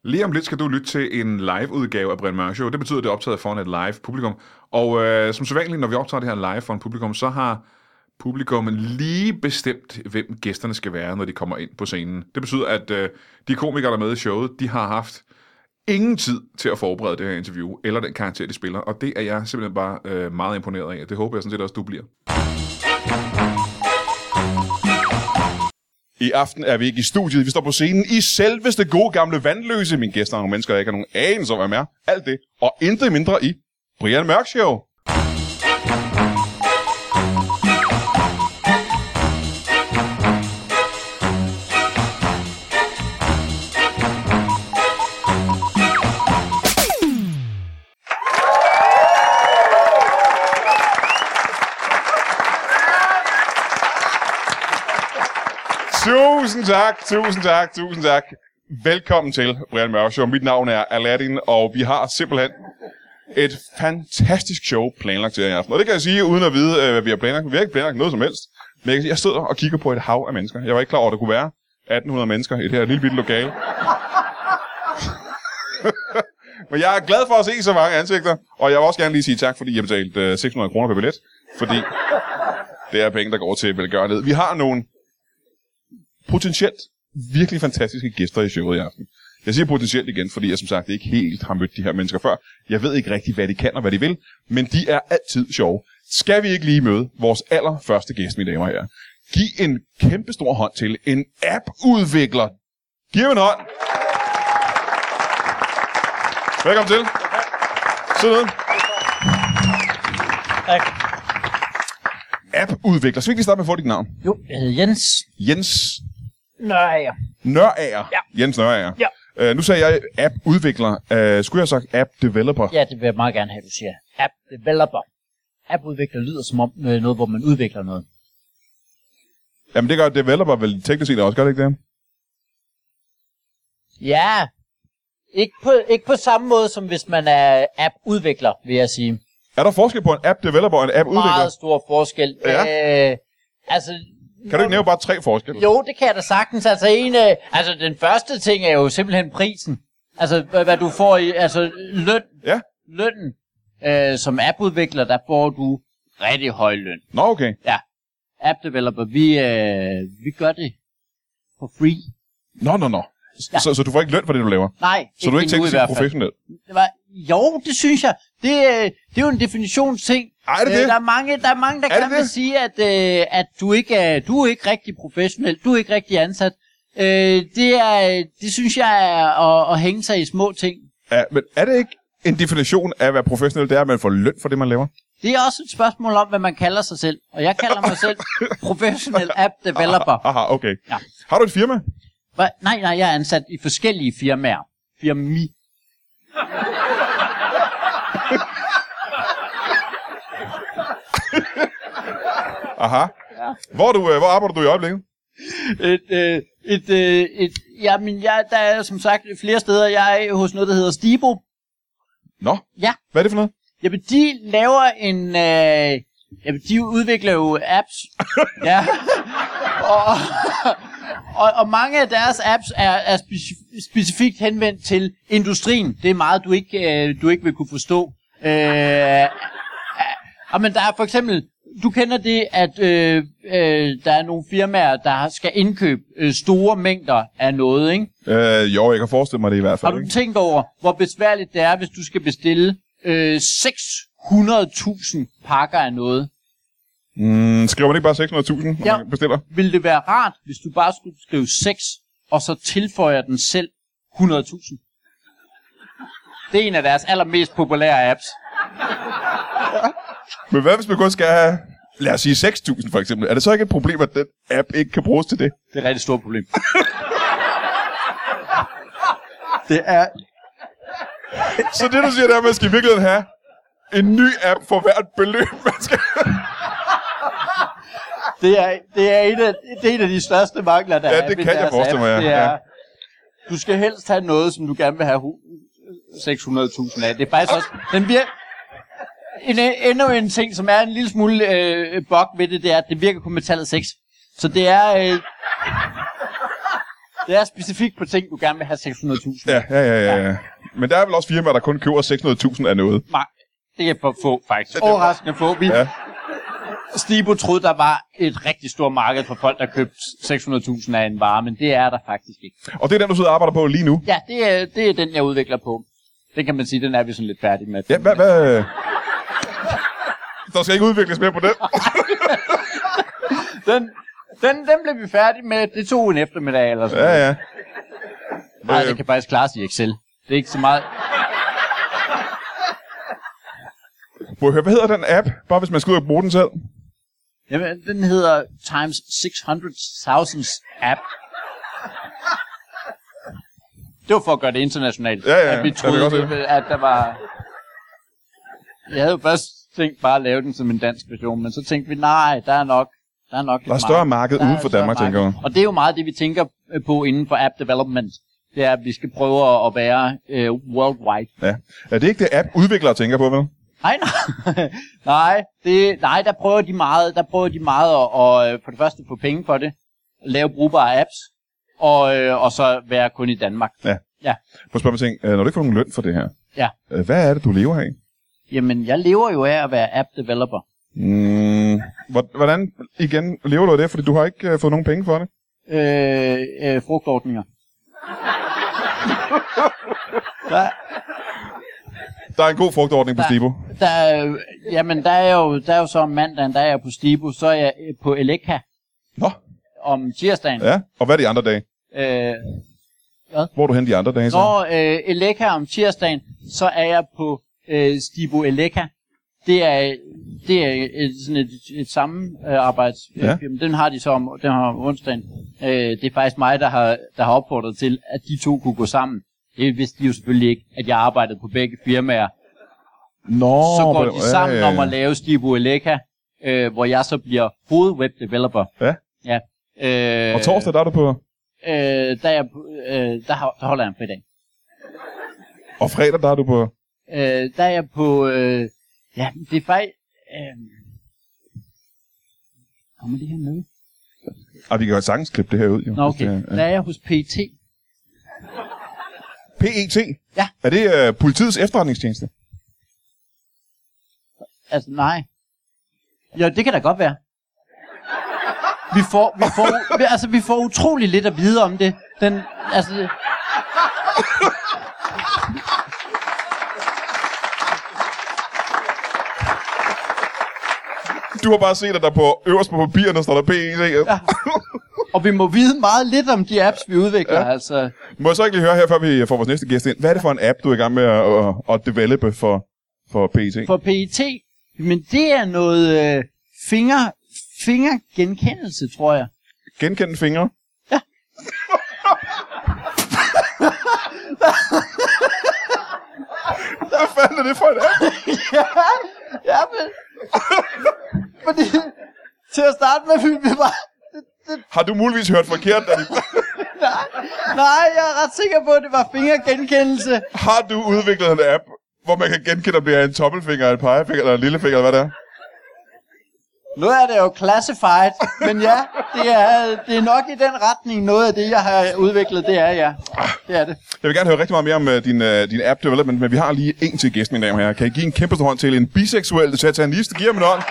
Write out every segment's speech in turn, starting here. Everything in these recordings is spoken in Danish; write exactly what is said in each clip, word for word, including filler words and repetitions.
Lige om lidt skal du lytte til en live-udgave af Brian Mørk Show. Det betyder, at det er optaget foran et live publikum. Og øh, som sædvanligt, når vi optager det her live foran publikum, så har publikum lige bestemt, hvem gæsterne skal være, når de kommer ind på scenen. Det betyder, at øh, de komikere, der er med i showet, de har haft ingen tid til at forberede det her interview, eller den karakter, de spiller. Og det er jeg simpelthen bare øh, meget imponeret af. Det håber jeg sådan set også, du bliver. I aften er vi ikke i studiet. Vi står på scenen i selveste gode gamle Vandløse. Mine gæster er nogle mennesker, der ikke har nogen anelse om, hvad er. Alt det, og intet mindre i Brian Mørk Show. Tusind tak, tusind tak, tusind tak. Velkommen til Brian Mørk Show. Mit navn er Aladdin, og vi har simpelthen et fantastisk show planlagt til jer i aften. Og det kan jeg sige, uden at vide, hvad vi har planlagt. Vi har ikke planlagt noget som helst. Men jeg, jeg sidder og kigger på et hav af mennesker. Jeg var ikke klar over, at der kunne være atten hundrede mennesker i det her lille bitte lokale. Men jeg er glad for at se så mange ansigter. Og jeg vil også gerne lige sige tak, fordi jeg betalte seks hundrede kroner per billet. Fordi det er penge, der går til velgørenhed. Vi har nogle potentielt virkelig fantastiske gæster i showet i aften. Jeg siger potentielt igen, fordi jeg som sagt ikke helt har mødt de her mennesker før. Jeg ved ikke rigtig, hvad de kan og hvad de vil, men de er altid sjove. Skal vi ikke lige møde vores allerførste gæst, mine damer og herrer? Giv en kæmpe stor hånd til en app-udvikler. Giv ham en hånd. Velkommen til. Sid ned. Tak. App-udvikler. Så vi kan starte med at få dit navn. Jo, jeg hedder Jens. Jens Nørager. Nørager. Ja. Jens Nørager. Ja. Uh, nu sagde jeg app-udvikler. Uh, skulle jeg have sagt app-developer? Ja, det vil jeg meget gerne have, du siger. App-developer. App-udvikler lyder som om øh, noget, hvor man udvikler noget. Jamen det gør developer vel teknisk set også, gør det ikke det? Ja. Ikke på, ikke på samme måde, som hvis man er app-udvikler, vil jeg sige. Er der forskel på en app-developer og en app-udvikler? Meget stor forskel. Ja. Øh, altså... Kan du ikke nævne bare tre forskelle? Jo, det kan jeg da sagtens. Altså, en, øh, altså den første ting er jo simpelthen prisen. Altså, hvad, hvad du får i... Altså, løn. Ja. Lønnen. Øh, som appudvikler, der får du rigtig høj løn. Nå, okay. Ja. App developer, vi, øh, vi gør det for free. Nå, nå, nå. Ja. Så, så du får ikke løn for det, du laver? Nej. Så du er ikke teknisk set professionel? Det var, jo, det synes jeg. Det, øh, det er jo en definitionsting. Ej, er det øh, det? Der er mange, der, er mange, der Er kan vil sige, at, øh, at du, ikke er, du er ikke rigtig professionel. Du er ikke rigtig ansat. Øh, det, er, det synes jeg er at, at hænge sig i små ting. Ja, men er det ikke en definition af at være professionel, det er, at man får løn for det, man laver? Det er også et spørgsmål om, hvad man kalder sig selv. Og jeg kalder mig selv professional app developer. Aha, aha, okay. Ja. Har du et firma? Hva? Nej, nej, jeg er ansat i forskellige firmaer. Firmi. Aha. Ja. Hvor, er du, hvor arbejder du i øjeblikket? Et, øh, et, øh, et, jamen, jeg, der er som sagt flere steder. Jeg er hos noget, der hedder Stibo. Nå, Ja. hvad er det for noget? Jamen, de laver en... Øh, jamen, de udvikler jo apps. Ja. og, og, og mange af deres apps er, er specif- specifikt henvendt til industrien. Det er meget, du ikke, øh, du ikke vil kunne forstå. Øh, øh, men der er for eksempel... Du kender det, at øh, øh, der er nogle firmaer, der skal indkøbe øh, store mængder af noget, ikke? Øh, jo, jeg kan forestille mig det i hvert fald. Har du ikke? tænkt over, hvor besværligt det er, hvis du skal bestille øh, seks hundrede tusind pakker af noget? Mm, skriver man ikke bare seks hundrede tusind, når Ja. man bestiller? Ville det være rart, hvis du bare skulle skrive seks, og så tilføjer den selv hundrede tusind? Det er en af deres allermest populære apps. Men hvad hvis man kun skal have, lad os sige seks tusind for eksempel? Er det så ikke et problem, at den app ikke kan bruges til det? Det er et rigtig stort problem. Det er... Så det du siger, der er, at man skal i virkeligheden have en ny app for hvert beløb, man skal... Det er, det er, en, af, det er en af de største mangler, der Ja, er det ved kan jeg deres forestille mig, app. ja. Det er, Ja. Du skal helst have noget, som du gerne vil have seks hundrede tusind af. Det er faktisk også... Den virker, en, endnu en ting, som er en lille smule øh, bug ved det, det er, at det virker kun med tallet seks. Så det er... Øh, Det er specifikt på ting, du gerne vil have seks hundrede tusind. Ja, ja, ja, ja, ja. Men der er vel også firmaer, der kun køber seks hundrede tusind af noget. Nej, det er for få, faktisk. Overraskende få. Vi... Ja. Stibo troede, der var et rigtig stort marked for folk, der købte seks hundrede tusind af en vare, men det er der faktisk ikke. Og det er den, du sidder og arbejder på lige nu? Ja, det er, det er den, jeg udvikler på. Det kan man sige, den er vi sådan lidt færdige med. Ja, hvad... hvad... Der skal ikke udvikles mere på den. den, den, den blev vi færdige med. Det tog en eftermiddag eller sådan Ja, ja. Nej, det kan faktisk klares i Excel. Det er ikke så meget... Må jeg høre, hvad hedder den app? Bare hvis man skal ud og bruge den selv. Jamen, den hedder Times six hundred thousand app. Det var for at gøre det internationalt. Ja, ja, at vi ja, troede, det er godt, det, at der var... Jeg havde jo først tænkt bare at lave den som en dansk version, men så tænkte vi, nej, der er nok... Der er nok der er større marked uden for Danmark, tænker jeg. Og det er jo meget det, vi tænker på inden for app development. Det er, at vi skal prøve at være uh, worldwide. Ja. Er det ikke det, app-udviklere tænker på, vel? Nej, nej. nej, det, nej, der prøver de meget, der prøver de meget at, og, for det første få penge for det, lave brugbare apps, og, øh, og så være kun i Danmark. Ja. Ja. Prøv at spørge mig ting. Når du ikke får nogen løn for det her, Ja. hvad er det, du lever af? Jamen, jeg lever jo af at være app developer. Mm, hvordan, igen, lever du af det? Fordi du har ikke uh, fået nogen penge for det? Øh, øh, frugtordninger. der, Der er en god frugtordning på der, Stibo. Der, jamen, der er, jo, der er jo så om mandagen, der er jeg på Stibo, så er jeg på Eleka. Nå. Om tirsdagen. Ja, og hvad er de andre dage? Øh, hvad? Hvor er du hen de andre dage så? Når øh, Eleka om tirsdagen, så er jeg på øh, Stibo Eleka. Det er, det er et, sådan et, et samarbejdsfirma. Ja. Den har de så om, den har om onsdagen. Øh, det er faktisk mig, der har, der har opfordret til, at de to kunne gå sammen. Det vidste de jo selvfølgelig ikke, at jeg arbejdede på begge firmaer. Nå, så går de sammen ja, ja, ja. om at lave Stibo Eleka, øh, hvor jeg så bliver hovedwebdeveloper. Ja. Ja. Øh, Og torsdag, der er du på? Øh, der, er jeg, øh, der, har, der holder jeg en fridag. Og fredag, der er du på? Øh, der er jeg på... Øh, ja, det er faktisk... Øh, kommer det her med? Ah, vi kan jo sagtens klippe det her ud. Jo. Nå, okay. Det, ja. Der er jeg hos P E T. P E T? Ja. Er det uh, politiets efterretningstjeneste? Altså, nej. Jo, det kan da godt være. Vi får, vi får, vi, altså, vi får utrolig lidt at vide om det. Den, altså... Du har bare set, at der på øverst på papirerne står der P E T. Ja. Og vi må vide meget lidt om de apps, vi udvikler, Ja. altså. Må jeg så ikke lige høre her, før vi får vores næste gæst ind. Hvad er det for en app, du er i gang med at, at, at develope for, for P E T? For P E T? Men det er noget øh, finger, fingergenkendelse, tror jeg. Genkendte fingre? Ja. Hvad fanden er det for en app? ja, ja, men... Fordi, til at starte med, vi vi bare... Det, det, Har du muligvis hørt forkert? Da de... nej, nej, jeg er ret sikker på, at det var fingergenkendelse. Har du udviklet en app, hvor man kan genkende, om det er en tommelfinger, en pegefinger eller en lillefinger, eller hvad det er? Nu er det jo classified, men ja, det er, det er nok i den retning, noget af det, jeg har udviklet, det er ja. Det er det. Jeg vil gerne høre rigtig meget mere om uh, din, uh, din app development, men vi har lige en til gæsten, mine damer og herrer. Kan I give en kæmpe stor hånd til en biseksuel satanist? Giv ham en hånd.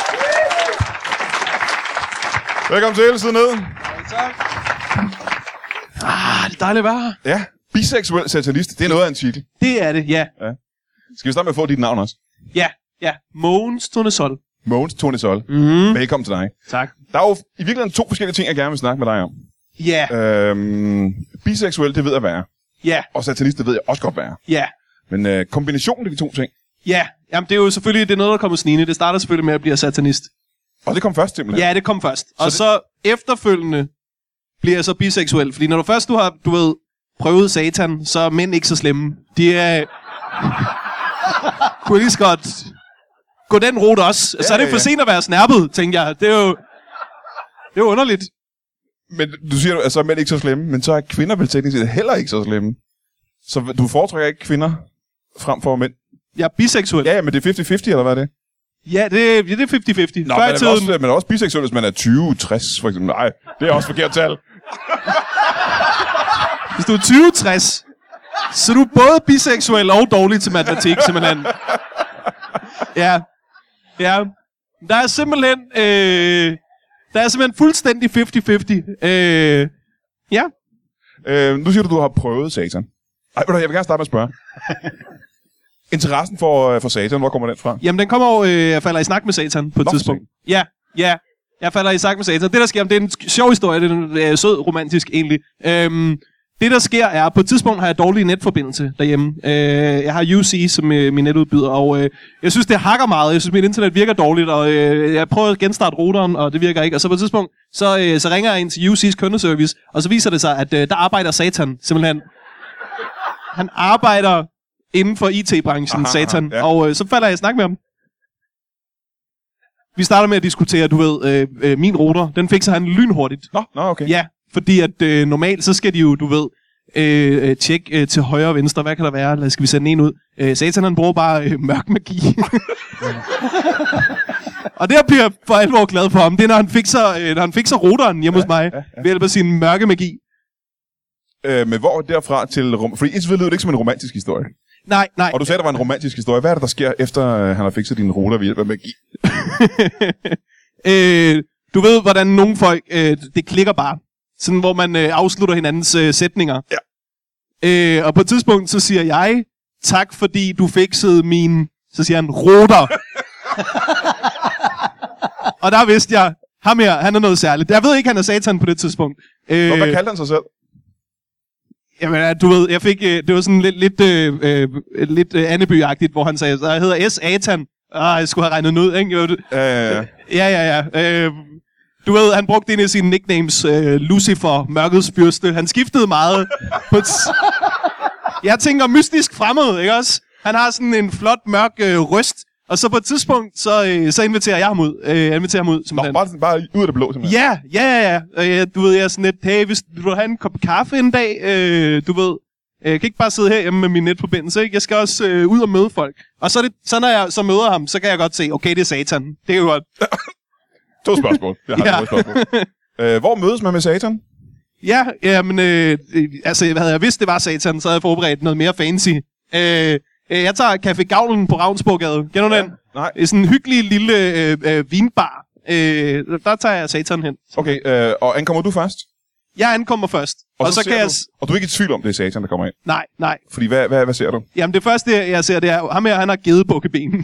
Velkommen til, sidde ned. Tak. Ah, det er dejligt at være her. Ja, biseksuel satanist, det er noget af en titel. Det er det, ja. Skal vi starte med at få dit navn også? Ja, ja. Mogens Tonesol. Mogens Tonesol. Mm. Velkommen til dig. Tak. Der er jo i virkeligheden to forskellige ting, jeg gerne vil snakke med dig om. Ja, Øhm, biseksuel, det ved jeg, hvad er. ja, Og satanist, det ved jeg også godt, hvad er. ja, Men øh, kombinationen af de to ting, ja. Jamen, det er jo selvfølgelig det er noget, der kommer snigende. Det starter selvfølgelig med at blive satanist. og det kom først simpelthen. Ja, det kom først. Så Og det- så efterfølgende bliver jeg så biseksuel. Fordi når du først du har, du ved, prøvet satan, så er mænd ikke så slemme. De er... Kunne lige så godt gå den rute også. Ja, så er det ja, for ja. sent at være snærpet, tænker jeg. Det er jo... Det er jo underligt. Men du siger, at så er mænd ikke så slemme, men så er kvinder vel teknisk set heller ikke så slemme. Så du foretrækker ikke kvinder frem for mænd? Jeg er biseksuel. Ja, ja, men det er halvtreds halvtreds, eller hvad er det? Ja, det, ja, det er halvtreds halvtreds. Nå, Før men i er, tiden... også, men er også biseksuel, hvis man er tyve tres, for eksempel. Nej, det er også forkert tal. Hvis du er tyve tres, så er du både biseksuel og dårlig til matematik, simpelthen. Ja. Ja. Der er simpelthen... Øh, der er simpelthen fuldstændig halvtreds halvtreds. Øh, ja. Øh, nu siger du, du har prøvet satan. Ej, jeg vil gerne starte med at spørge. Interessen for, for satan, hvor kommer den fra? Jamen, den kommer over... Øh, jeg falder i snak med satan på et Nå, tidspunkt. Ja, ja. Jeg falder i snak med satan. Det, der sker... Det er en sjov historie. Det er en øh, sød, romantisk, egentlig. Øhm, det, der sker, er... På et tidspunkt har jeg dårlig netforbindelse derhjemme. Øh, jeg har U C som øh, min netudbyder, og øh, jeg synes, det hakker meget. Jeg synes, mit internet virker dårligt, og øh, jeg prøver at genstarte routeren, og det virker ikke. Og så på et tidspunkt, så, øh, så ringer jeg ind til U C's kundeservice, og så viser det sig, at øh, der arbejder satan, simpelthen. Han arbejder inden for I T-branchen, aha, satan. ja. Og øh, så falder jeg i snak med ham. Vi starter med at diskutere, du ved, øh, øh, min router, den fikser han lynhurtigt. Nå, nå, okay. Ja, fordi at øh, normalt, så skal de jo, du ved, øh, øh, tjekke øh, til højre og venstre. Hvad kan der være? Lad os, skal vi sende en ud? Øh, satan, han bruger bare øh, mørk magi. Og det bliver jeg for alvor glad for ham. Det er, når han fikser, øh, når han fikser routeren hjemme ja, hos mig, ja, ja. ved hjælp af sin mørke magi. Øh, men hvor derfra til... Rom- Fordi indtil videre lyder det ikke som en romantisk historie. Nej, nej. Og du sagde, der var en romantisk historie. Hvad er det, der sker, efter øh, han har fikset din router ved hjælp af magi? øh, du ved, hvordan nogle folk... Øh, det klikker bare. Sådan, hvor man øh, afslutter hinandens øh, sætninger. Ja. Øh, og på et tidspunkt, så siger jeg... Tak, fordi du fiksede min... Så siger han, router. Og der vidste jeg... Ham her, han er noget særligt. Jeg ved ikke, han er satan på det tidspunkt. Øh, Nå, hvad kaldte han sig selv? Jamen, du ved, jeg fik, øh, det var sådan lidt, lidt, øh, øh, lidt øh, Anneby-agtigt, hvor han sagde, jeg hedder S-Atan. Ah, jeg skulle have regnet den ud, ikke? Jo, det, Øh, ja, ja, ja. Øh, du ved, han brugte en af sine nicknames, øh, Lucifer, mørkets fyrste. Han skiftede meget. På t- jeg tænker mystisk fremmed, ikke også? Han har sådan en flot, mørk øh, røst. Og så på et tidspunkt, så, øh, så inviterer jeg ham ud. Øh, jeg inviterer ham ud, Nå, simpelthen. bare, bare ud af det blå, simpelthen. Ja, ja, ja, ja. Øh, du ved, jeg er sådan lidt, hey, hvis du vil have en kop kaffe en dag, øh, du ved, jeg kan ikke bare sidde herhjemme med min netforbindelse, ikke? Jeg skal også øh, ud og møde folk. Og så, er det, så når jeg så møder ham, så kan jeg godt se, okay, det er satan. Det er jo godt. To spørgsmål. Jeg har Ja. to spørgsmål. øh, hvor mødes man med satan? Ja, ja, men øh, øh, altså, havde jeg vidst, det var satan, så havde jeg forberedt noget mere fancy. Øh, øh, jeg tager Café Gavlen på Ravnsborggade. Kender du Ja. den? Nej. Det er sådan en hyggelig lille øh, øh, vinbar. Øh, der tager jeg satan hen. Okay, øh, og ankommer du først? Jeg ankommer først. Og, og så, så kan ser jeg... du, og du er ikke i tvivl om, det er satan, der kommer ind? Nej, nej. Fordi hvad, hvad, hvad ser du? Jamen det første, jeg ser, det er, ham her, han har givet bukkeben.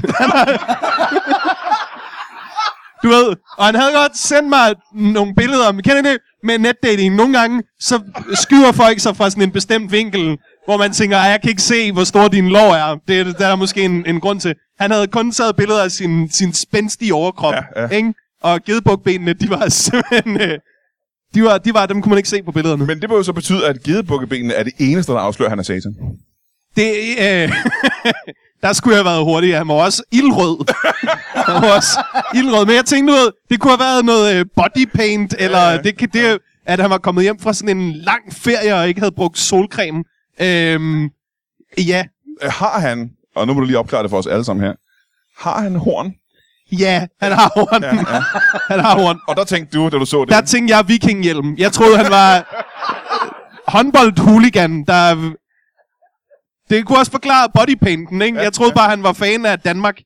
Du ved, og han havde godt sendt mig nogle billeder, men kender I det? Med netdating. Nogle gange, så skyder folk sig fra sådan en bestemt vinkel, hvor man tænker, jeg kan ikke se, hvor stor din lår er. Det, det der er der måske en, en grund til. Han havde kun taget billeder af sin, sin spændstige overkrop, Ja, ja. ikke? Og gedebukbenene, de var simpelthen... Øh, de var, de var, dem kunne man ikke se på billederne. Men det må jo så betyde, at gedebukkebenene er det eneste, der afslører, at han er satan. Det, øh, der skulle jeg have været hurtig. Han var også ildrød. Han var også ildrød. Men jeg tænkte, du ved, det kunne have været noget øh, body paint, eller Ja, ja. det, kan- det, at han var kommet hjem fra sådan en lang ferie, og ikke havde brugt solcreme. Øhm, ja, Øh, Har han, og nu må du lige opklare det for os alle sammen her, har han horn? ja, han har horn. Ja, ja. Han har horn. Og der tænkte du, da du så det? Der tænkte jeg vikinghjelm. Jeg troede, han var håndboldhooligan, der... Det kunne også forklare bodypainten, ikke? Ja, Jeg troede ja. bare, han var fan af Danmark.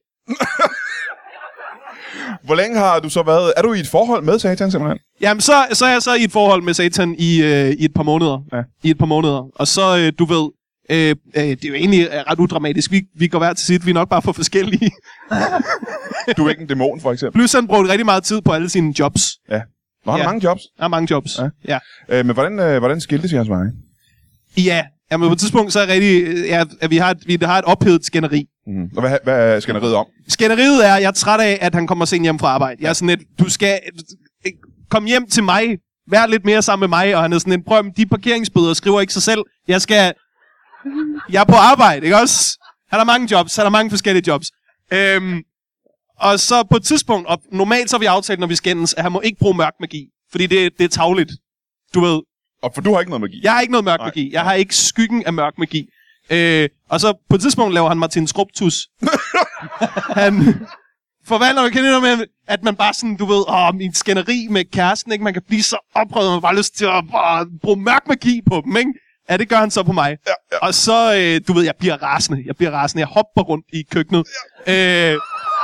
Hvor længe har du så været... Er du i et forhold med satan, simpelthen? Jamen, så, så er jeg så i et forhold med satan i, øh, i et par måneder. Ja. I et par måneder. Og så, øh, du ved, øh, øh, det er jo egentlig øh, ret udramatisk. Vi, vi går hver til sit, vi er nok bare for forskellige. Du er ikke en dæmon, for eksempel. Plus han brugte rigtig meget tid på alle sine jobs. Ja. Nå, har Ja. ja. mange jobs. Der er mange jobs. Ja. Ja. Øh, men hvordan, øh, hvordan skiltes jeres veje? Ja, jamen på et tidspunkt så er rigtig, øh, ja, at vi har et, vi har et ophedet skænderi. Mm. Og hvad, hvad er skænderiet om? Skænderiet er, jeg er træt af, at han kommer sent hjem fra arbejde. Jeg er sådan lidt, du skal øh, komme hjem til mig, vær lidt mere sammen med mig, og han er sådan en, prøv de parkeringsbøder skriver ikke sig selv. Jeg skal, jeg er på arbejde, ikke også? Han har mange jobs, han har mange forskellige jobs. Øhm, og så på et tidspunkt, og normalt så har vi aftalt, når vi skændes, at han må ikke bruge mørk magi, fordi det, det er tavligt. Du ved, Og for du har ikke noget magi. jeg har ikke noget mørk Nej. magi. Jeg har ikke skyggen af mørk magi. Øh, og så på et tidspunkt laver han mig til en skrubtus. Han forvandler, kan det med, at man bare sådan, du ved, åh, min skænderi med kæresten, ikke? Man kan blive så oprøvet, man har bare lyst til at bare bruge mørk magi på dem, ikke? Ja, det gør han så på mig. Ja, ja. Og så, øh, du ved, jeg bliver rasende. Jeg bliver rasende. Jeg hopper rundt i køkkenet. Ja. Øh,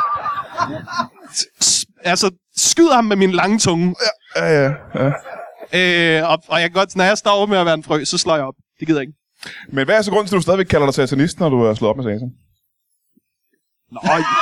s- altså, skyder ham med min lange tunge. Ja, ja, ja. Øh, og, og jeg kan godt, når jeg står over med at være en frø, så slår jeg op. Det gider jeg ikke. Men hvad er så grunden til, at du stadigvæk kalder dig satanist, når du er slået op med satan? Nå,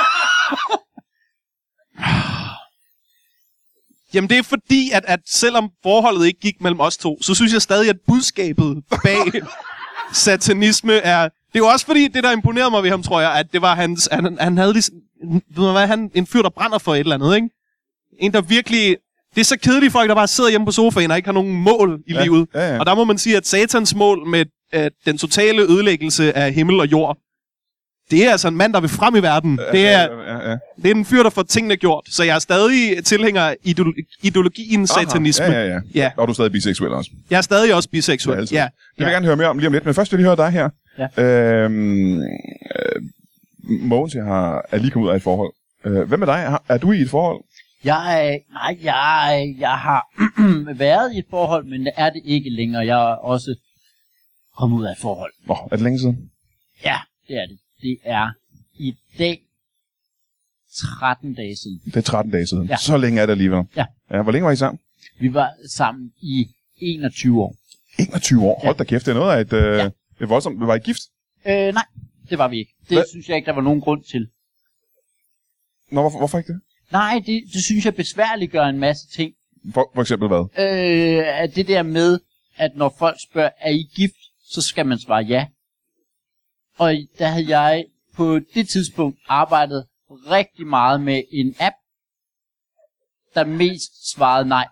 jamen det er fordi, at, at selvom forholdet ikke gik mellem os to, så synes jeg stadig, at budskabet bag satanisme er... Det er jo også fordi, det der imponerede mig ved ham, tror jeg, at det var hans... Han, han havde ligesom... Ved du hvad, han en fyr, der brænder for et eller andet, ikke? En, der virkelig... Det er så kedelige folk, der bare sidder hjemme på sofaen og ikke har nogen mål i ja, livet. Ja, ja. Og der må man sige, at satans mål med uh, den totale ødelæggelse af himmel og jord, det er altså en mand, der vil frem i verden. Ja, det, er, ja, ja, ja. det er en fyr, der får tingene gjort. Så jeg er stadig tilhænger af ideolo- ideologien satanisme. Ja, ja, ja, Ja. Og du er stadig biseksuel også. Jeg er stadig også biseksuel. altid. Ja, Det vil jeg ja. gerne høre mere om lige om lidt, men først vil jeg høre dig her. Ja. Øhm, øh, Mogens, jeg har, er lige kommet ud af et forhold. Øh, hvad med dig? Er, er du i et forhold? Jeg, nej, jeg, jeg har været i et forhold, men det er det ikke længere. Jeg er også kommet ud af et forhold. Åh, oh, er det længe siden? Ja, det er det. Det er i dag tretten dage siden. Det er tretten dage siden. Ja. Så længe er det alligevel. Ja. Ja, hvor længe var I sammen? Vi var sammen i enogtyve år. enogtyve år. Ja. Hold da kæft, det er noget af et, øh, Ja. et voldsomt... Var I gift? Øh, nej, det var vi ikke. Det Hvad? synes jeg ikke, der var nogen grund til. Nå, hvorfor, hvorfor ikke det? Nej, det, det synes jeg besværliggør en masse ting. For, for eksempel hvad? Øh, at det der med, at når folk spørger, er I gift, så skal man svare ja. Og der havde jeg på det tidspunkt arbejdet rigtig meget med en app, der mest svarede nej.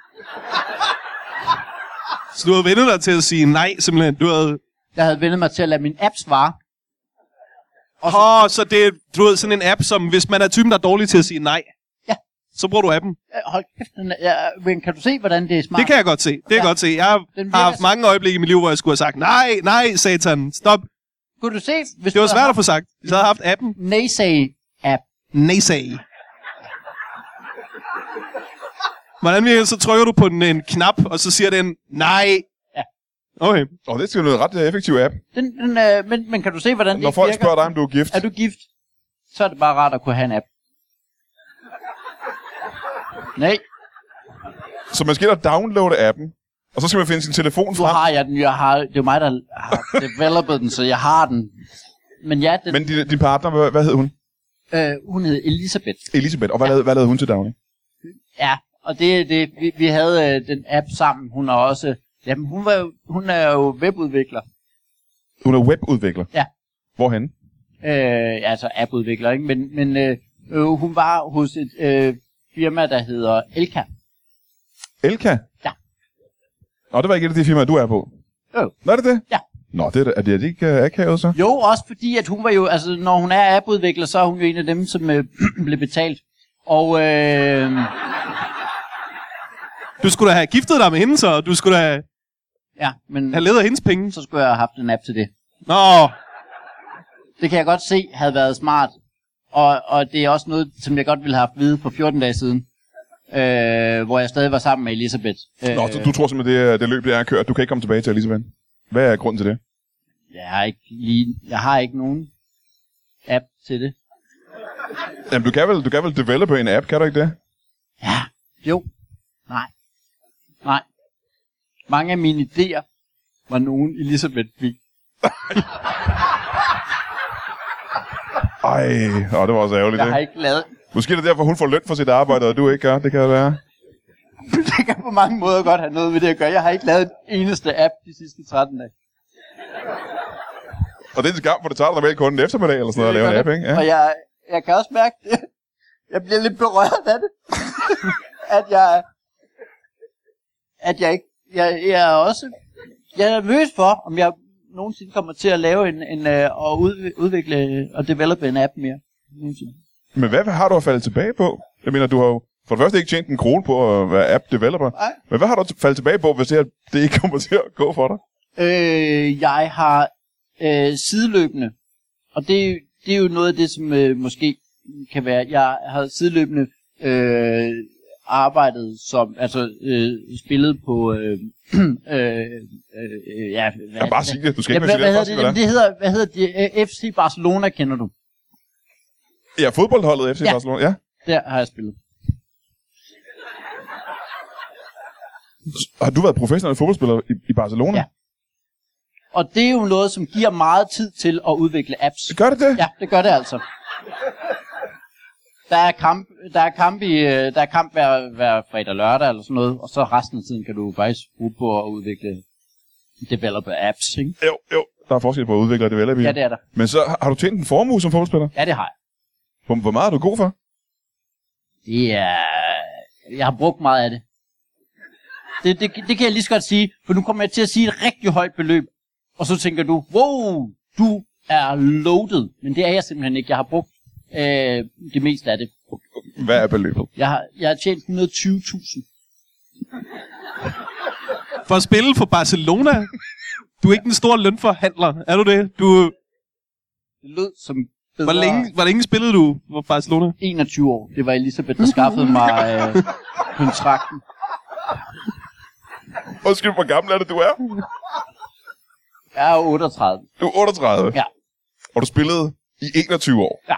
Så du havde vendt dig til at sige nej, simpelthen. Du havde... Jeg havde vendt mig til at lade min app svare. Og så... Oh, så det er du ved, sådan en app, som hvis man er typen, der er dårlig til at sige nej, Ja. så bruger du appen. Øh, Hold kæft, den er- ja, men kan du se, hvordan det er smart? Det kan jeg godt se. Det kan jeg Ja. godt se. Jeg har, Den virker har haft så- mange øjeblikke i mit liv, hvor jeg skulle have sagt, nej, nej, satan, stop. Kunne du se, hvis Det var du svært at få sagt. Hvis jeg havde haft appen. Naysay-app. Nej, sag. Hvordan virker det? Så trykker du på en, en knap, og så siger den, nej. Ja. Okay. Og det er jo en ret øh, effektiv app. Den, den, øh, men, men kan du se, hvordan det Når ikke folk virker? spørger dig, om du er gift. Er du gift? Så er det bare rart at kunne have en app. Nej, Så man skal ind og downloade appen, og så skal man finde sin telefon nu frem. har jeg den. Jeg har, det er jo mig, der har developet den, så jeg har den. Men ja, den, Men din, din partner, hvad, hvad hed hun? øh, hun hed Elisabeth. Elisabeth. Og hvad, ja. lavede, hvad lavede hun til daglig? Ja, og det det vi, vi havde øh, den app sammen. Hun er også... Jamen, hun, var jo, hun er jo webudvikler. Hun er webudvikler. Ja. Hvorhen? Øh, altså appudvikler, ikke? Men, men øh, øh, hun var hos et øh, firma, der hedder Elka. Elka? Ja. Nå, det var ikke et af de firmaer, du er på. Jo. Nå, er det det? Ja. Nå, det er, det- er det ikke uh, akavet så? Jo, også fordi, at hun var jo, altså når hun er appudvikler, så er hun jo en af dem, som øh, blev betalt. Og øh, Du skulle da have giftet dig med hende, så du skulle da have, ja, men have levet af hendes penge. så skulle jeg have haft en app til det. Nå, Det kan jeg godt se havde været smart. Og, og det er også noget, som jeg godt ville have haft vide for fjorten dage siden. Øh, hvor jeg stadig var sammen med Elisabeth. Øh, Nå, så du tror simpelthen, det, er- det løb, det er kørt. Du kan ikke komme tilbage til Elisabeth. Hvad er grunden til det? jeg har ikke lige, jeg har ikke nogen app til det. Jamen, du kan vel, du kan vel develope en app, kan du ikke det? Ja, jo. Nej. Nej. Mange af mine idéer var nogen Elisabeth fik. Ej, åh, det var også ærgerligt, Jeg har det. ikke lavet... Måske er det derfor, hun får løn for sit arbejde, og du ikke gør. Det kan det være. Det kan på mange måder godt have noget med det at gøre. Jeg har ikke lavet en eneste app de sidste tretten dage. Og det er en skam, for det tager dig vel kun en eftermiddag eller sådan noget at lave en app, ikke? Ja. Og jeg, jeg kan også mærke det. Jeg bliver lidt berørt af det. at jeg... At jeg ikke... Jeg, jeg er også... Jeg er nervøs for, om jeg nogensinde kommer til at lave en... en uh, og ud, udvikle og develope en app mere. Nogensinde. Men hvad har du at falde tilbage på? Jeg mener, du har jo for det første ikke tjent en krone på at være app-developer. Nej. Men hvad har du at falde tilbage på, hvis det, her, det ikke kommer til at gå for dig? Øh, jeg har øh, sideløbende, og det, det er jo noget af det, som øh, måske kan være, jeg har sideløbende øh, arbejdet som, altså øh, spillet på, øh, øh, øh, ja, hvad Ja, bare sig det. Du skal ikke ja, være hvad, sige, hvad, hvad det, det hedder, hvad hedder det? Øh, F C Barcelona kender du? Ja, fodboldholdet F C Ja. Barcelona, ja. Der har jeg spillet. Har du været professionel fodboldspiller i, i Barcelona? Ja. Og det er jo noget, som giver meget tid til at udvikle apps. Gør det det? Ja, det gør det altså. Der er kamp, der er kamp, i, der er kamp hver, hver fredag og lørdag eller sådan noget, og så resten af tiden kan du faktisk bruge på at udvikle developer apps, ikke? Jo, jo. Der er forskel på at udvikle og develope. Ja, det er der. Men så har du tjent en formue som fodboldspiller? Ja, det har jeg. Hvor, hvor meget er du god for? Det er... Jeg har brugt meget af det. Det, det. det kan jeg lige så godt sige, for nu kommer jeg til at sige et rigtig højt beløb, og så tænker du, wow, du er loaded. Men det er jeg simpelthen ikke. Jeg har brugt øh, det meste af det. Hvad er beløbet? Jeg har, jeg har tjent et hundrede og tyve tusind. For at spille for Barcelona? Du er ikke den store lønforhandler, er du det? Du... Det lød som bedre. Hvor længe, hvor længe spillede du for Barcelona? enogtyve år. Det var Elisabeth, der skaffede mig øh, kontrakten. Undskyld, hvor gammel er det, du er? Jeg er otteogtredive. Du er otteogtredive? Ja. Og du spillede i enogtyve år? Ja.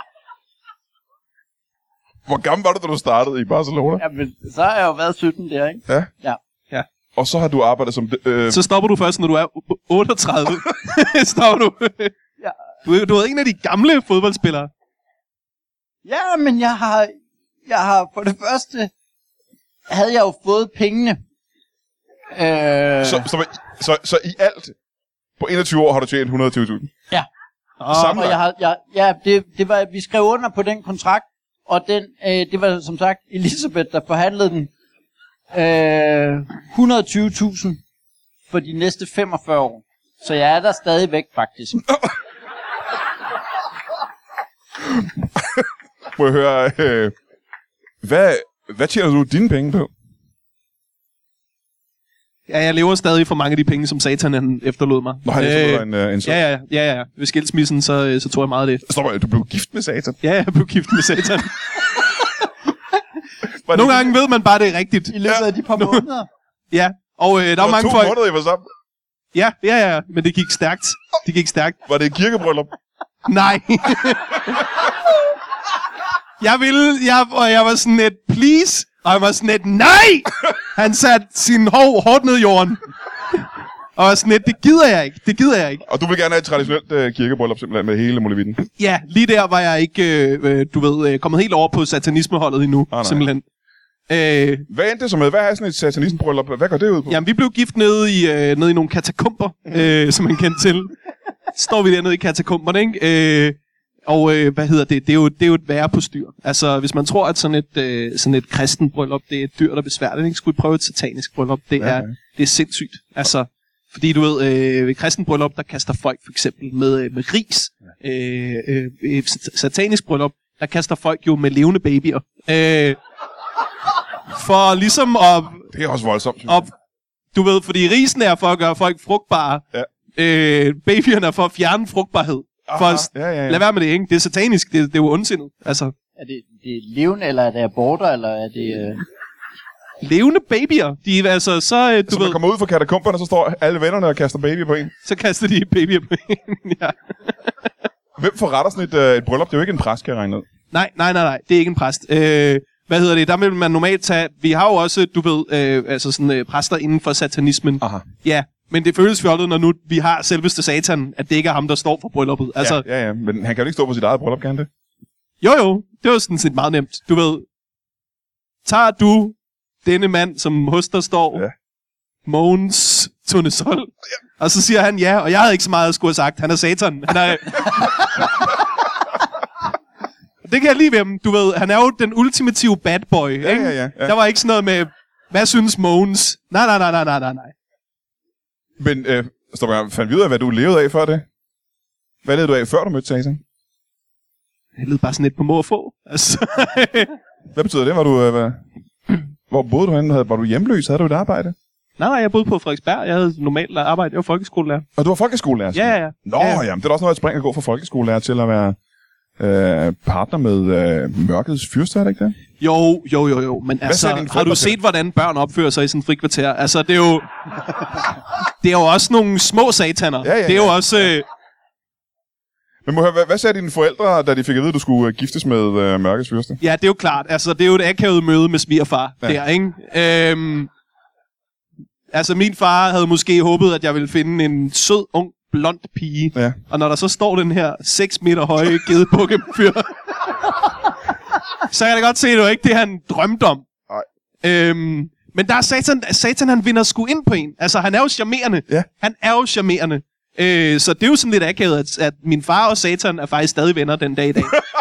Hvor gammel var du, da du startede i Barcelona? Jamen, så har jeg jo været sytten der, ikke? Ja. Ja. Ja. Og så har du arbejdet som... Øh... Så stopper du først, når du er otteogtredive. Stopper du. Ja. Du er, du er en af de gamle fodboldspillere. Ja, men jeg har... Jeg har for det første... Havde jeg jo fået pengene. Øh... Så, så, så, så i alt på enogtyve år har du tjent et hundrede og tyve tusind? Ja. Oh, Sammenlagt? Og jeg har, jeg, ja, det, det var, vi skrev under på den kontrakt, og den, øh, det var som sagt Elisabeth, der forhandlede den. Øh, et hundrede og tyve tusind for de næste femogfyrre år. Så jeg er der stadigvæk, faktisk. Må jeg høre, øh, hvad, hvad tjener du dine penge på? Ja, jeg lever stadig for mange af de penge, som satan han efterlod mig. Nå, han efterlod dig en, øh, en søn. Ja, ja, ja, ja. Ved skilsmissen, så, så tog jeg meget af det. Stop, du blev gift med satan. Ja, jeg blev gift med satan. Var Nogle gange ved man bare, det er rigtigt. I løbet af de par måneder. Ja, og øh, der det var var mange to folk... måneder, I var sammen. Ja, ja, ja, men det gik stærkt. Det gik stærkt. Var det et kirkebryllup? Nej. Jeg ville, jeg, og jeg var sådan et, please, og jeg var sådan et, nej! Han satte sin hår hårdt ned i jorden. Og var sådan et, det gider jeg ikke, det gider jeg ikke. Og du vil gerne have et traditionelt øh, kirkebryllup, simpelthen, med hele molevitten. Ja, lige der var jeg ikke, øh, du ved, øh, kommet helt over på satanismeholdet endnu, nej. simpelthen. Øh, Hvad endte det så med? Hvad er sådan et satanismebryllup? Hvad går det ud på? jamen, vi blev gift nede i, øh, nede i nogle katakomber, øh, som man kendte til. Står vi dernede i katakomberne, ikke? Øh, og øh, hvad hedder det? Det er jo, det er jo et værre på styr. Altså, hvis man tror, at sådan et, øh, sådan et kristen bryllup, det er et dyrt og besværligt, ikke? Skulle vi prøve et satanisk bryllup? Det Ja, er, ja. det er sindssygt. Altså, fordi du ved, øh, ved kristen bryllup, der kaster folk for eksempel med, øh, med ris. Øh, øh, satanisk bryllup, der kaster folk jo med levende babyer. Øh, for ligesom at... Det er også voldsomt, synes jeg. Og, du ved, fordi risen er for at gøre folk frugtbare. Ja. Øh, babyerne er for at fjerne frugtbarhed. For at, ja, ja, ja. lad være med det, ikke? Det er satanisk. Det, det er jo ondsindet. Altså, Er det, det er levende, eller er det aborter, eller er det... Øh... levende babyer. De er altså, så, øh, du Så ved, man kommer ud fra katakomberne, så står alle vennerne og kaster baby på en. så kaster de babyer på en. Ja. Hvem forretter sådan et, øh, et bryllup? Det er jo ikke en præst, kan jeg regne ud. Nej, nej, nej, nej. Det er ikke en præst. Øh, hvad hedder det? Der vil man normalt tage... Vi har jo også, du ved, øh, altså sådan øh, præster inden for satanismen. Aha. Ja, men det føles fjollet, når nu vi har selveste satan, at det ikke er ham, der står for brylluppet. Altså, Ja, ja, ja. Men han kan jo ikke stå på sit eget bryllup, kan han det? jo, jo. Det var sådan set meget nemt. Du ved, tager du denne mand, som hos dig står, Ja. Mogens Tunesol, ja. Og så siger han ja, og jeg havde ikke så meget at skulle have sagt. Han er satan. Han er... Det kan jeg lige ved ham. Du ved, han er jo den ultimative bad boy, Ja, ikke? ja, ja, ja. Der var ikke sådan noget med, hvad synes Mogens? Nej, nej, nej, nej, nej, nej, nej. Men øh, stop, jeg fandt vi ud af, hvad du levede af før det? Hvad levede du af, før du mødte satan? Jeg led bare sådan lidt på må og få. Altså. Hvad betyder det? Var du, øh, hvad? Hvor boede du henne? Havde- Var du hjemløs? Havde du et arbejde? nej, nej, jeg boede på Frederiksberg. Jeg havde normalt arbejde. Jeg var folkeskolelærer. Og du var folkeskolelærer? Ja, ja, ja. Nå, Ja, ja. ja. Jamen, det er da også noget, at springe at gå fra folkeskolelærer til at være øh, partner med øh, Mørkets Fyrste, er det ikke det? Jo, jo, jo, jo. Men altså, sagde dine har forældre du til set, hvordan børn opfører sig i sådan en frikvarter? Altså, det er jo... det er jo også nogle små sataner. Ja, ja, det er jo ja. også... Øh, Men må jeg høre, hvad, hvad sagde dine forældre, da de fik at vide, at du skulle øh, giftes med øh, Mørkets Fyrste? ja, det er jo klart. Altså, det er jo et akavet møde med svigerfar Ja. ja. der, ikke? Øhm, altså, min far havde måske håbet, at jeg ville finde en sød, ung, blond pige. Ja. Og når der så står den her seks meter høje gedebukkefyr, så kan jeg da godt se, at det var ikke det, han drømte om. Nej. Øhm, men der er satan, satan, han vinder sgu ind på en. Altså, han er jo charmerende. Ja. Han er jo charmerende. Øh, så det er jo sådan lidt akavet, at, at min far og satan er faktisk stadig venner den dag i dag.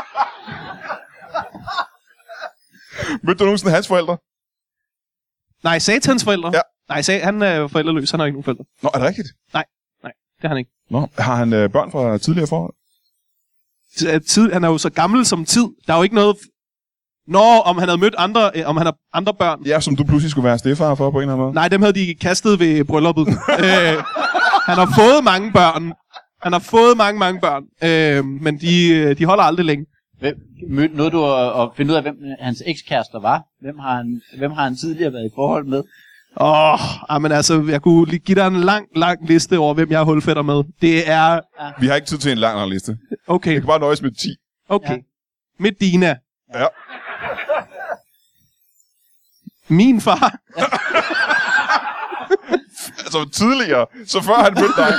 Mødte du nogensinde hans forældre? Nej, satans forældre? Ja. Nej, sa- han er jo forældreløs, han har ikke nogen forældre. Nå, er det rigtigt? Nej, det har han ikke. Nå, har han øh, børn fra tidligere forhold? T- Tid, han er jo så gammel som tid. Der er jo ikke noget... Nå, om han havde mødt andre, øh, om han har andre børn. Ja, som du pludselig skulle være stedfar for på en eller anden måde. Nej, dem havde de kastet ved brylluppet. øh, han har fået mange børn. Han har fået mange, mange børn. Øh, men de, de holder aldrig længe. Hvem, mød, nåede du at, at finde ud af, hvem hans ekskærester var? Hvem har, han, hvem har han tidligere været i forhold med? Åh, oh, men altså, jeg kunne lige give dig en lang, lang liste over, hvem jeg har hulfætter med. Det er... Vi har ikke tid til en lang, lang liste. Okay, Vi kan bare nøjes med ti. okay. Ja. Medina. Ja. Min far. Altså tidligere, så før han mødte dig.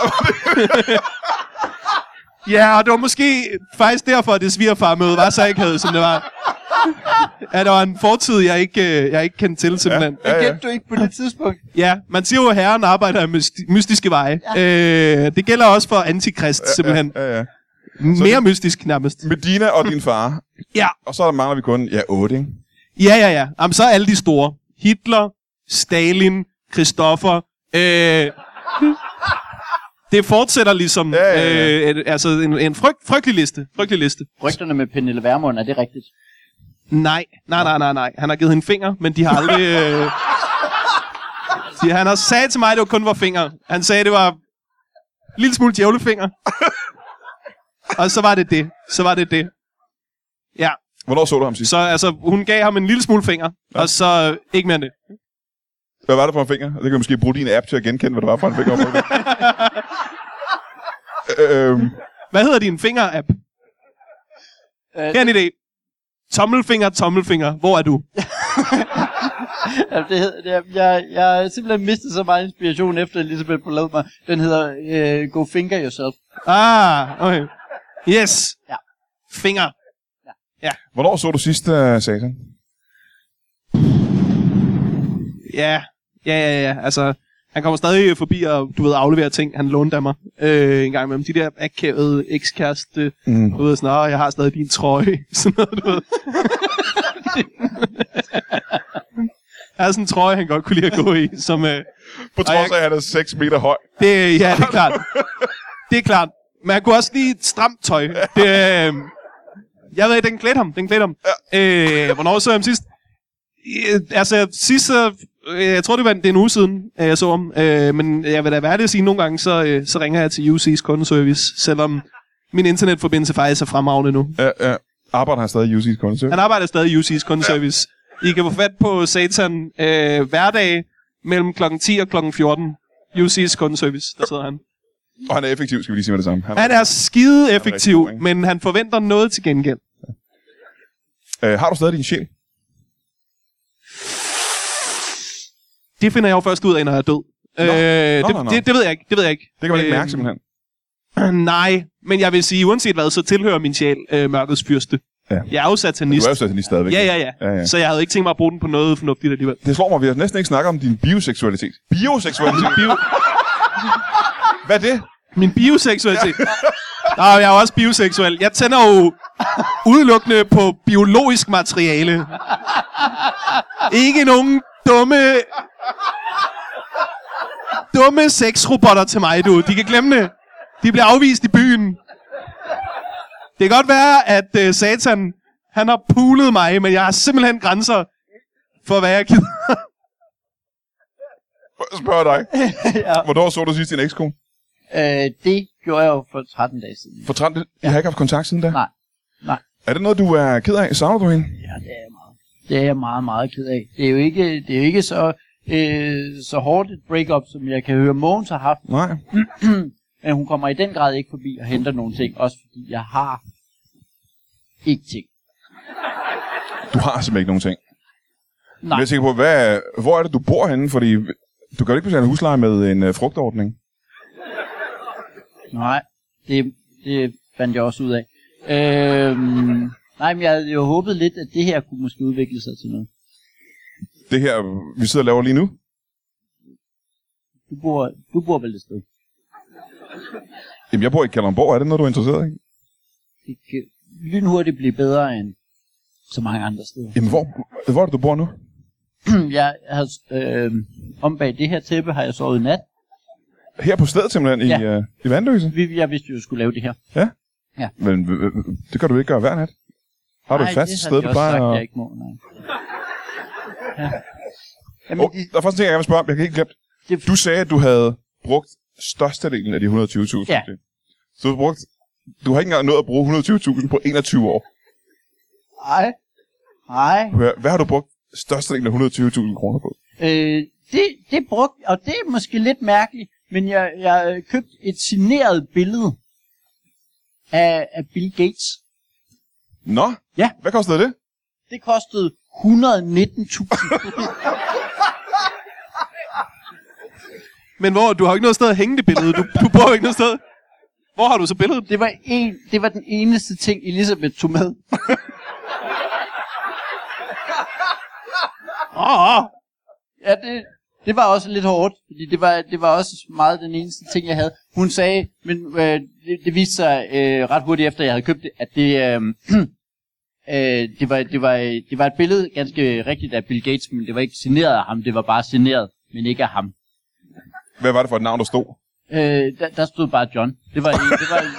Ja, og det var måske faktisk derfor, at det svigerfarmøde var så akavet, som det var. Ja, der var en fortid, jeg ikke, øh, jeg ikke kendte til, simpelthen. Det kendte du ikke på det tidspunkt. Ja, man siger jo, at herren arbejder af mysti- mystiske veje. Ja. Øh, det gælder også for antikrist, simpelthen. Ja, ja, ja. Mere det- mystisk, nærmest. Medina og din far. Ja, Og så mangler vi kun, ja, otte, ikke? ja, ja, ja. Jamen, så er alle de store. Hitler, Stalin, Christoffer. Øh, det fortsætter ligesom Ja, ja, ja. Øh, et, altså en, en frygt, frygtelig liste. Frygtelig liste. Rygterne med Pernille Vermund, er det rigtigt? Nej, nej, nej, nej, nej. Han har givet hende finger, men de har aldrig... Øh... de, han har sagt til mig, at det var kun var finger. Han sagde, at det var en lille smule djævlefinger. Og så var det det. Så var det det. Ja, Hvornår så du ham sidst? så altså, hun gav ham en lille smule finger, ja. Og så øh, ikke mere end det. Hvad var det for en finger? Det kan du måske bruge din app til at genkende, hvad det var for en finger. øhm, Hvad hedder din finger-app? Øh, Her er en idé. Tommelfinger, tommelfinger. Hvor er du? Ja, det hed, det, jeg, jeg har simpelthen mistet så meget inspiration efter Elisabeth på lavet mig. Den hedder øh, Go Finger Yourself. Ah, okay. Yes. Ja. Finger. hvornår så du sidst, uh, Satan? Ja, ja, ja, ja. Altså, han kommer stadig forbi og, du ved, afleverer ting. Han lånte af mig øh, en gang imellem. De der akavede ekskæreste, Mm. du ved sådan, åh, jeg har stadig din trøje. Sådan noget, du ved. Jeg har sådan en trøje, han godt kunne lide at gå i, som... Øh, På trods af, at han er seks meter høj. det, ja, det er klart. Det er klart. Men han kunne også lide et stramt tøj. Det, øh, jeg ved ikke, den klædte ham. Den klædte ham. Øh, hvornår så jeg ham sidst? Øh, altså, sidst så... Øh, jeg tror, det var en, det er en uge siden, at jeg så ham. Øh, men jeg vil da være det at sige, nogle gange, så, øh, så ringer jeg til U C's kundeservice, selvom min internetforbindelse faktisk er fremragende nu. Ja, ja. Arbejder han stadig i U C's kundeservice? Han arbejder stadig i U C's kundeservice. I kan få fat på Satan øh, hverdag mellem klokken ti og klokken fjorten. U C's kundeservice, der sidder han. Og han er effektiv, skal vi lige sige med det samme. Han, Han er skide effektiv, god, ikke? men han forventer noget til gengæld. øh, har du stadig din sjæl? Det finder jeg jo først ud af, når jeg er død. Nå. Øh, Nå, det, nå, nå. Det, det ved jeg ikke. Det ved jeg ikke. Det kan man ikke Øh, mærke, simpelthen. Nej, men jeg vil sige, uanset hvad, så tilhører min sjæl øh, mørkets fyrste. Ja. Jeg er jo satanist. Du er jo satanist stadigvæk. Ja, ja, ja, Ja, ja. Så jeg havde ikke tænkt mig at bruge den på noget fornuftigt alligevel. Det slår mig, vi har næsten ikke snakket om din bioseksualitet. Bioseksualitet? Bio... Hvad er det? Min bioseksualitet. Nå, jeg er jo også bioseksuel. Jeg tænder jo udelukkende på biologisk materiale. Ikke nogen dumme... Dumme sexrobotter til mig, du. De kan glemme det. De bliver afvist i byen. Det kan godt være, at uh, Satan, han har pulet mig, men jeg har simpelthen grænser for, hvad jeg gider. Jeg spørger dig. Ja. Hvornår så du sidst din ekskone? Øh, det gjorde jeg jo for tretten dage siden. For tretten, jeg har ikke haft kontakt siden da. Nej. Nej. Er det noget, du er ked af? Savner du hende? Ja, det er jeg meget. Det er jeg meget, meget ked af. Det er jo ikke, det er jo ikke så, øh, så hårdt et breakup, som jeg kan høre, Mogens har haft. Nej. Men hun kommer i den grad ikke forbi og henter nogle ting, også fordi jeg har ikke ting. Du har simpelthen ikke nogen ting. Nej. Jeg er sikker på, hvad, hvor er det, du bor henne? Fordi du kan jo ikke betale husleje med en uh, frugtordning. Nej, det, det fandt jeg også ud af. Øhm, nej, men jeg havde jo håbet lidt, at det her kunne måske udvikle sig til noget. Det her, vi sidder og laver lige nu? Du bor, du bor vel et sted? Jamen, jeg bor i Kalundborg. Er det noget, du er interesseret i? Det kan lynhurtigt blive bedre end så mange andre steder. Jamen, hvor, hvor er det, du bor nu? Jeg har, øh, om bag det her tæppe har jeg sovet i nat. Her på stedet simpelthen, i, Ja. uh, i Vandløse? Vi, jeg vidste jo, at jeg skulle lave det her. Ja? Ja. Men øh, det kan du ikke gøre hver nat. Har du et fast sted, du plejer at... at... jeg ikke må, nej. Ja. Jamen, Oh, de, der er faktisk en ting, jeg gerne vil spørge om. Jeg kan ikke glemme. det, Du sagde, at du havde brugt størstedelen af de et hundrede og tyve tusind. Ja. Så du har brugt... Du har ikke engang nået at bruge et hundrede og tyve tusind på enogtyve år. nej. Nej. Hør, hvad har du brugt størstedelen af et hundrede og tyve tusind kroner på? Øh, det, det brugt, og det er måske lidt mærkeligt, men jeg, jeg købte et signeret billede af, af Bill Gates. Nå? Ja. Hvad kostede det? Det kostede et hundrede og nitten tusind. Men hvor, du har jo ikke noget sted at hænge det billede. Du, du bor jo ikke noget sted. Hvor har du så billedet? Det var, en, det var den eneste ting, Elisabeth tog med. Åh, oh, Ja, det, det var også lidt hårdt, fordi det var, det var også meget den eneste ting, jeg havde. Hun sagde, men øh, det, det viste sig øh, ret hurtigt efter, jeg havde købt det, at det, øh, øh, det, var, det, var, det var et billede, ganske rigtigt, af Bill Gates, men det var ikke signeret af ham, det var bare signeret, men ikke af ham. Hvad var det for et navn, der stod? Øh, der, der stod bare John. Det var, det var en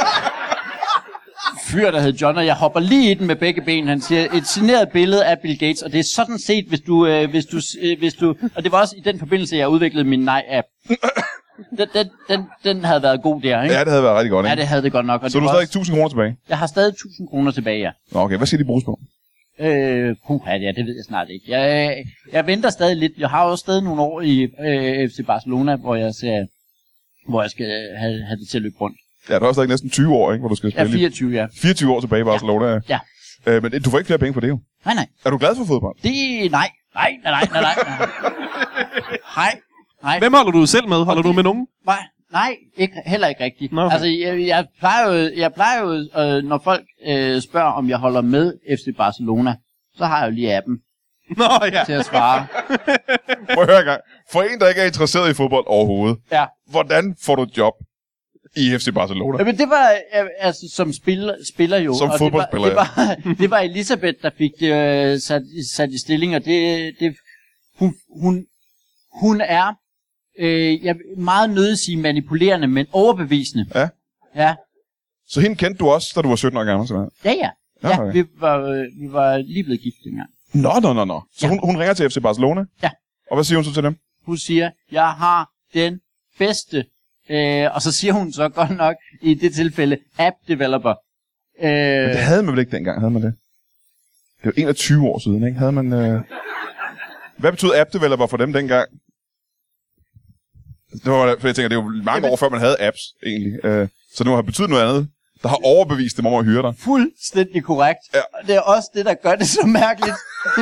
fyr, der hed John, og jeg hopper lige i den med begge ben. Han siger, et signeret billede af Bill Gates, og det er sådan set, hvis du, øh, hvis du, øh, hvis du, og det var også i den forbindelse, jeg udviklede min Nej-app. Den, den, den, den havde været god der, ikke? Ja, det havde været rigtig godt, ikke? Ja, det havde det godt nok. Og Så det du var har stadig også, tusind kroner tilbage? jeg har stadig tusind kroner tilbage, ja. Nå, okay. Hvad skal de bruges på? Øh, puh, ja, det ved jeg snart ikke. Jeg, jeg venter stadig lidt. Jeg har også stadig nogle år i øh, F C Barcelona, hvor jeg ser, hvor jeg skal have, have det til at løbe rundt. Ja, du har stadig næsten tyve år, ikke? Hvor du skal Jeg er spille. fireogtyve, ja. fireogtyve år tilbage i Barcelona. Ja. Ja. Øh, men du får ikke flere penge for det, jo. Nej, nej. Er du glad for fodbold? Det nej. Nej, nej, nej, nej, nej. Nej, nej. hvem holder du selv med? Holder du med nogen? Nej, nej, ikke, heller ikke rigtigt. Nå, okay. Altså, jeg, jeg plejer jo, jeg plejer jo øh, når folk øh, spørger, om jeg holder med F C Barcelona, så har jeg jo lige appen Nå ja. til at svare. Må jeg høre en gang. For en, der ikke er interesseret i fodbold overhovedet, Ja. hvordan får du et job i F C Barcelona? Jamen, det var, øh, altså, som spiller, spiller jo. Som og fodboldspiller, det var, det var, det var Elisabeth, der fik det øh, sat, sat i stilling, og det, det hun, hun, hun er, øh, jeg vil meget nødig sige manipulerende, men overbevisende. Ja. Ja. Så hende kendte du også, da du var sytten år gammel, simpelthen? Ja, ja. Ja, Ja, okay. vi var, øh, vi var lige blevet gift dengang. Nå, nå, nå, nå. Så Ja. hun, hun ringer til F C Barcelona? Ja. Og hvad siger hun så til dem? Hun siger, jeg har den bedste, øh, og så siger hun så godt nok i det tilfælde, app developer. Øh, Men det havde man vel ikke dengang, havde man det? Det var enogtyve år siden, ikke? Havde man... Øh... Hvad betød app developer for dem dengang? Det var, for jeg tænker, det er jo mange Jamen- år før man havde apps, egentlig. Øh, så nu har betydet noget andet, der har overbevist dem om at hyre dig. Fuldstændig korrekt. Ja. Og det er også det, der gør det så mærkeligt.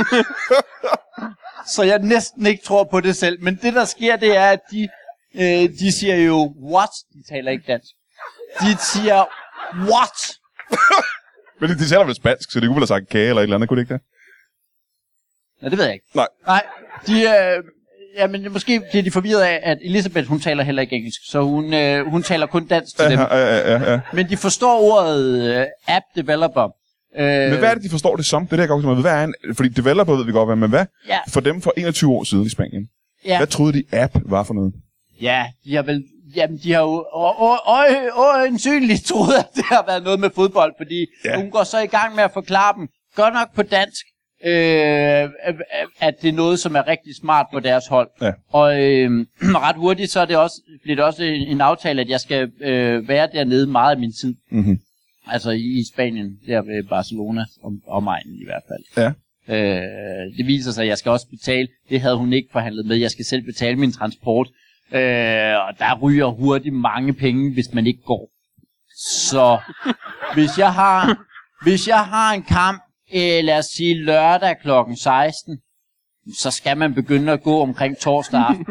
Så jeg næsten ikke tror på det selv. Men det, der sker, det er, at de, øh, de siger jo, what? De taler ikke dansk. De siger, what? Men de, de taler vel spansk, så de kunne vel have sagt kage eller et eller andet, kunne det ikke det? Nå, det ved jeg ikke. Nej. Nej, de, øh, jamen, måske bliver de forvirret af, at Elisabeth, hun taler heller ikke engelsk. Så hun, øh, hun taler kun dansk til Ja, dem. ja, ja, ja, ja. Men de forstår ordet øh, app developer. Øh, Men hvad er det, de forstår det som? Det er det, jeg godt kan sige. Hvad er en... Fordi developer ved vi godt, hvad, men hvad? Ja. For dem for enogtyve år siden i Spanien. Ja. Hvad troede de app var for noget? Ja, de har vel, jamen de har jo øjensynligt troet, at det har været noget med fodbold, fordi Ja. ja. hun går så i gang med at forklare dem, godt nok på dansk, øh, at det er noget, som er rigtig smart på deres hold. Ja. Og øh, ret hurtigt, så er det også, bliver det også en, en aftale, at jeg skal øh, være dernede meget af min tid. Mm-hmm. Altså i Spanien, der ved Barcelona, om, omegnen i hvert fald. Ja. Øh, det viser sig, at jeg skal også betale. Det havde hun ikke forhandlet med. Jeg skal selv betale min transport. Øh, og der ryger hurtigt mange penge, hvis man ikke går. Så hvis jeg har, hvis jeg har en kamp, øh, lad os sige lørdag klokken seksten, så skal man begynde at gå omkring torsdag aften.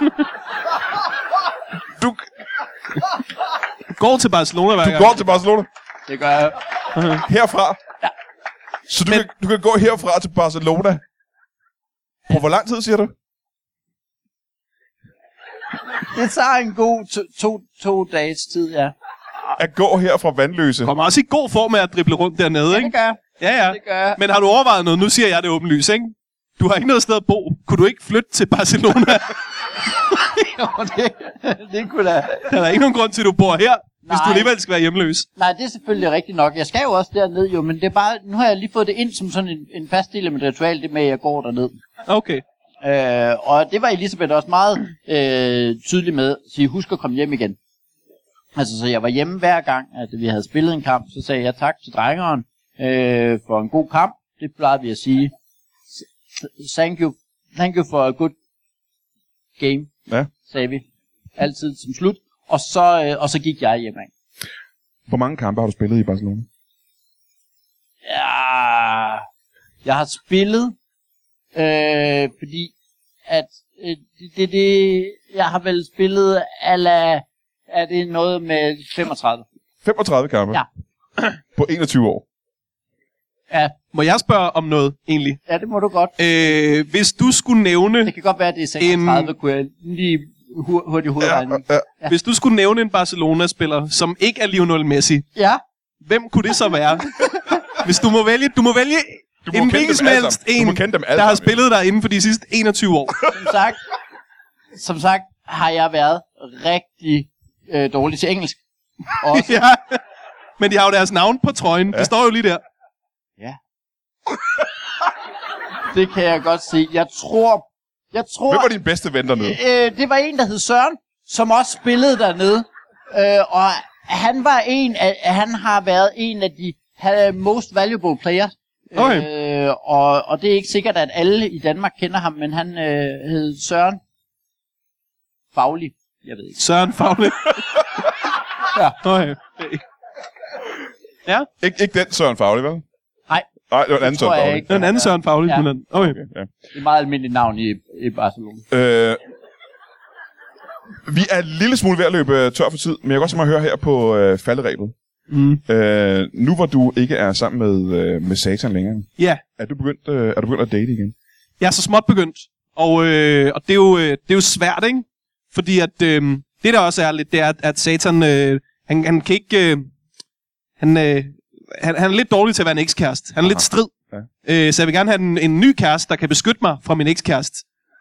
Du, Går til Barcelona hver du gang. går til Barcelona Det gør jeg. herfra. Ja. Så du, Men- kan, du kan gå herfra til Barcelona. På hvor lang tid, siger du? Det tager en god to, to, to dages tid, ja. At gå her fra Vandløse. Kommer også i god form med at drible rundt dernede, Ja, ikke? det gør jeg. Ja, ja. Det gør jeg. Men har du overvejet noget? Nu siger jeg det åbenlyst, ikke? Du har ikke noget sted at bo. Kunne du ikke flytte til Barcelona? Jo, det, det kunne da... Der er ikke nogen grund til, at du bor her, hvis Nej. du alligevel skal være hjemløs. Nej, det er selvfølgelig rigtigt nok. Jeg skal jo også derned, jo, men det er bare... Nu har jeg lige fået det ind som sådan en, en fast del af mit ritual, det med, at jeg går derned. Okay. Øh, og det var Elisabeth også meget øh, tydelig med at sige, husk at komme hjem igen. Altså, så jeg var hjemme hver gang, at vi havde spillet en kamp, så sagde jeg tak til drengeren øh, for en god kamp. Det plejede vi at sige. Thank you, thank you for a good game, Ja. sagde vi. Altid som slut. Og så, øh, og så gik jeg hjem af. Hvor mange kampe har du spillet i Barcelona? Ja, jeg har spillet, øh, fordi at øh, det, det, det, jeg har vel spillet ala, er det noget med femogtredive? femogtredive kampe? Ja. På enogtyve år? Ja, Må jeg spørge om noget, egentlig? ja, det må du godt. Øh, hvis du skulle nævne... Det kan godt være, at det er seksogtredive, En- kunne jeg lige hu- hurtigt hovedregne. ja. Ja. Hvis du skulle nævne en Barcelona-spiller, som ikke er Lionel Messi, Ja, hvem kunne det så være? Hvis du må vælge, du må vælge Du må en kende hvilken dem som alle helst sammen. Du må en, kende dem alle der har sammen. spillet der inden for de sidste enogtyve år. som sagt, som sagt har jeg været rigtig øh, dårlig til engelsk. Også. Ja. Men de har jo deres navn på trøjen. Ja. Det står jo lige der. Det kan jeg godt se. Jeg tror, jeg tror... Hvem var din bedste ven dernede? Øh, det var en, der hed Søren, som også spillede dernede. Øh, og han var en af, han har været en af de uh, most valuable players. Okay. Øh, og, og det er ikke sikkert, at alle i Danmark kender ham, men han øh, hed Søren Faglig. Jeg ved ikke. Søren Fagle. Ja. Okay. Ja, Ik- ikke den Søren Fagli, vel? Nej, Nej, det var en anden tror Søren jeg Fagli. ikke. det er en anden Søren Fagle. Ja. Ja. Okay. Okay, ja. det er et meget almindeligt navn i, i Barcelona. Øh, vi er en lille smule ved at løbe tør for tid, men jeg kan godt se mig høre her på øh, falderebet. Mm. Øh, nu hvor du ikke er sammen med, øh, med Satan længere, Ja, er du begyndt, øh, er du begyndt at date igen? jeg er så småt begyndt. Og, øh, og det, er jo, øh, det er jo svært, ikke? Fordi at, øh, det der også er lidt, det er, at, at Satan, øh, han, han kan ikke... Øh, han, øh, han, han er lidt dårlig til at være en ekskæreste. Han er Aha. lidt strid. Ja. Øh, så jeg vil gerne have en, en ny kæreste, der kan beskytte mig fra min ekskæreste.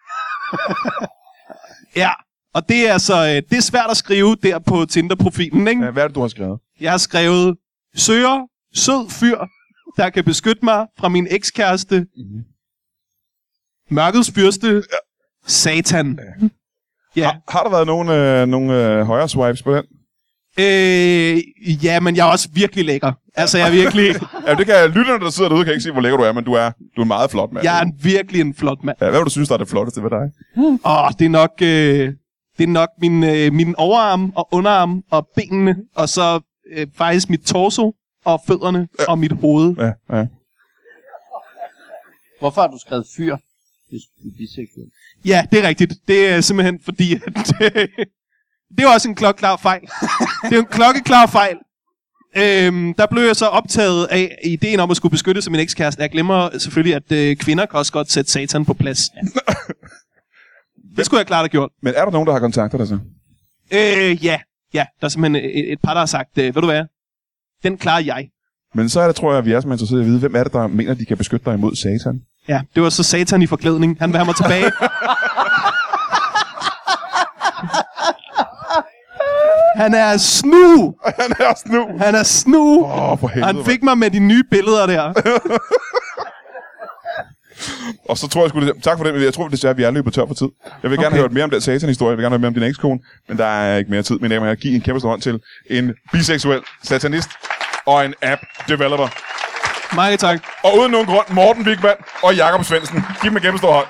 Ja, og det er altså øh, det er svært at skrive der på Tinder-profilen, ikke? Ja, hvad er det, du har skrevet? Jeg har skrevet, søger, sød fyr, der kan beskytte mig fra min ekskæreste. Mm-hmm. Mørkets fyrste, Satan. Ja. Ja. Har, har der været nogle, øh, nogle øh, højre swipes på den? Øh, ja, men jeg er også virkelig lækker. Altså, jeg er virkelig... Ja, det kan lytterne, der sidder derude, kan ikke se, hvor lækker du er, men du er, du er en meget flot mand. jeg er en, virkelig en flot mand. Ja, hvad vil du synes, der er det flotteste ved dig? Åh, det er nok... Øh, det er nok min, øh, min overarm og underarm og benene, og så øh, faktisk mit torso og fødderne ja. og mit hoved. Ja, ja. Hvorfor har du skrevet fyr? Hvis du er biseksuel. Ja, det er rigtigt. Det er simpelthen fordi, at øh, det er jo også en klokkeklar fejl. Det er jo en klokkeklar fejl. Øhm, der blev jeg så optaget af ideen om at skulle beskytte sig min ekskæreste. Jeg glemmer selvfølgelig, at øh, kvinder kan også godt sætte Satan på plads. Ja. Det skulle jeg klart have gjort. Men er der nogen, der har kontaktet dig så? Øh, ja. Ja, der er simpelthen et, et par, der har sagt, øh, ved du hvad, den klarer jeg. Men så er det, tror jeg, at vi er som interesseret i at vide, hvem er det, der mener, de kan beskytte dig imod Satan? Ja, det var så Satan i forklædning. Han vil have mig tilbage. Han er snu! Han er også nu. Han er snu! Åh, oh, for helvede. Han fik mig med de nye billeder der. Og så tror jeg sgu det. Tak for det, men jeg tror desværre, at vi er løbet tør for tid. Jeg vil gerne Okay. have hørt mere om den Satan-historie. Jeg vil gerne høre mere om din ekskone, men der er ikke mere tid. Mine damer og herrer, giv en kæmpe stor hånd til en biseksuel satanist. og en app developer. Mange tak. Og uden nogen grund, Morten Wigman og Jakob Svendsen. Giv dem en kæmpe stor hånd.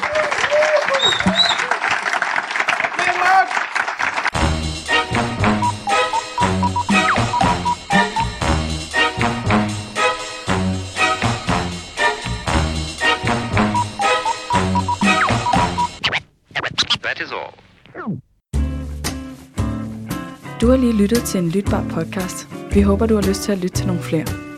That is all. Du har lige lyttet til en lytbar podcast. Vi håber, du har lyst til at lytte til nogle flere.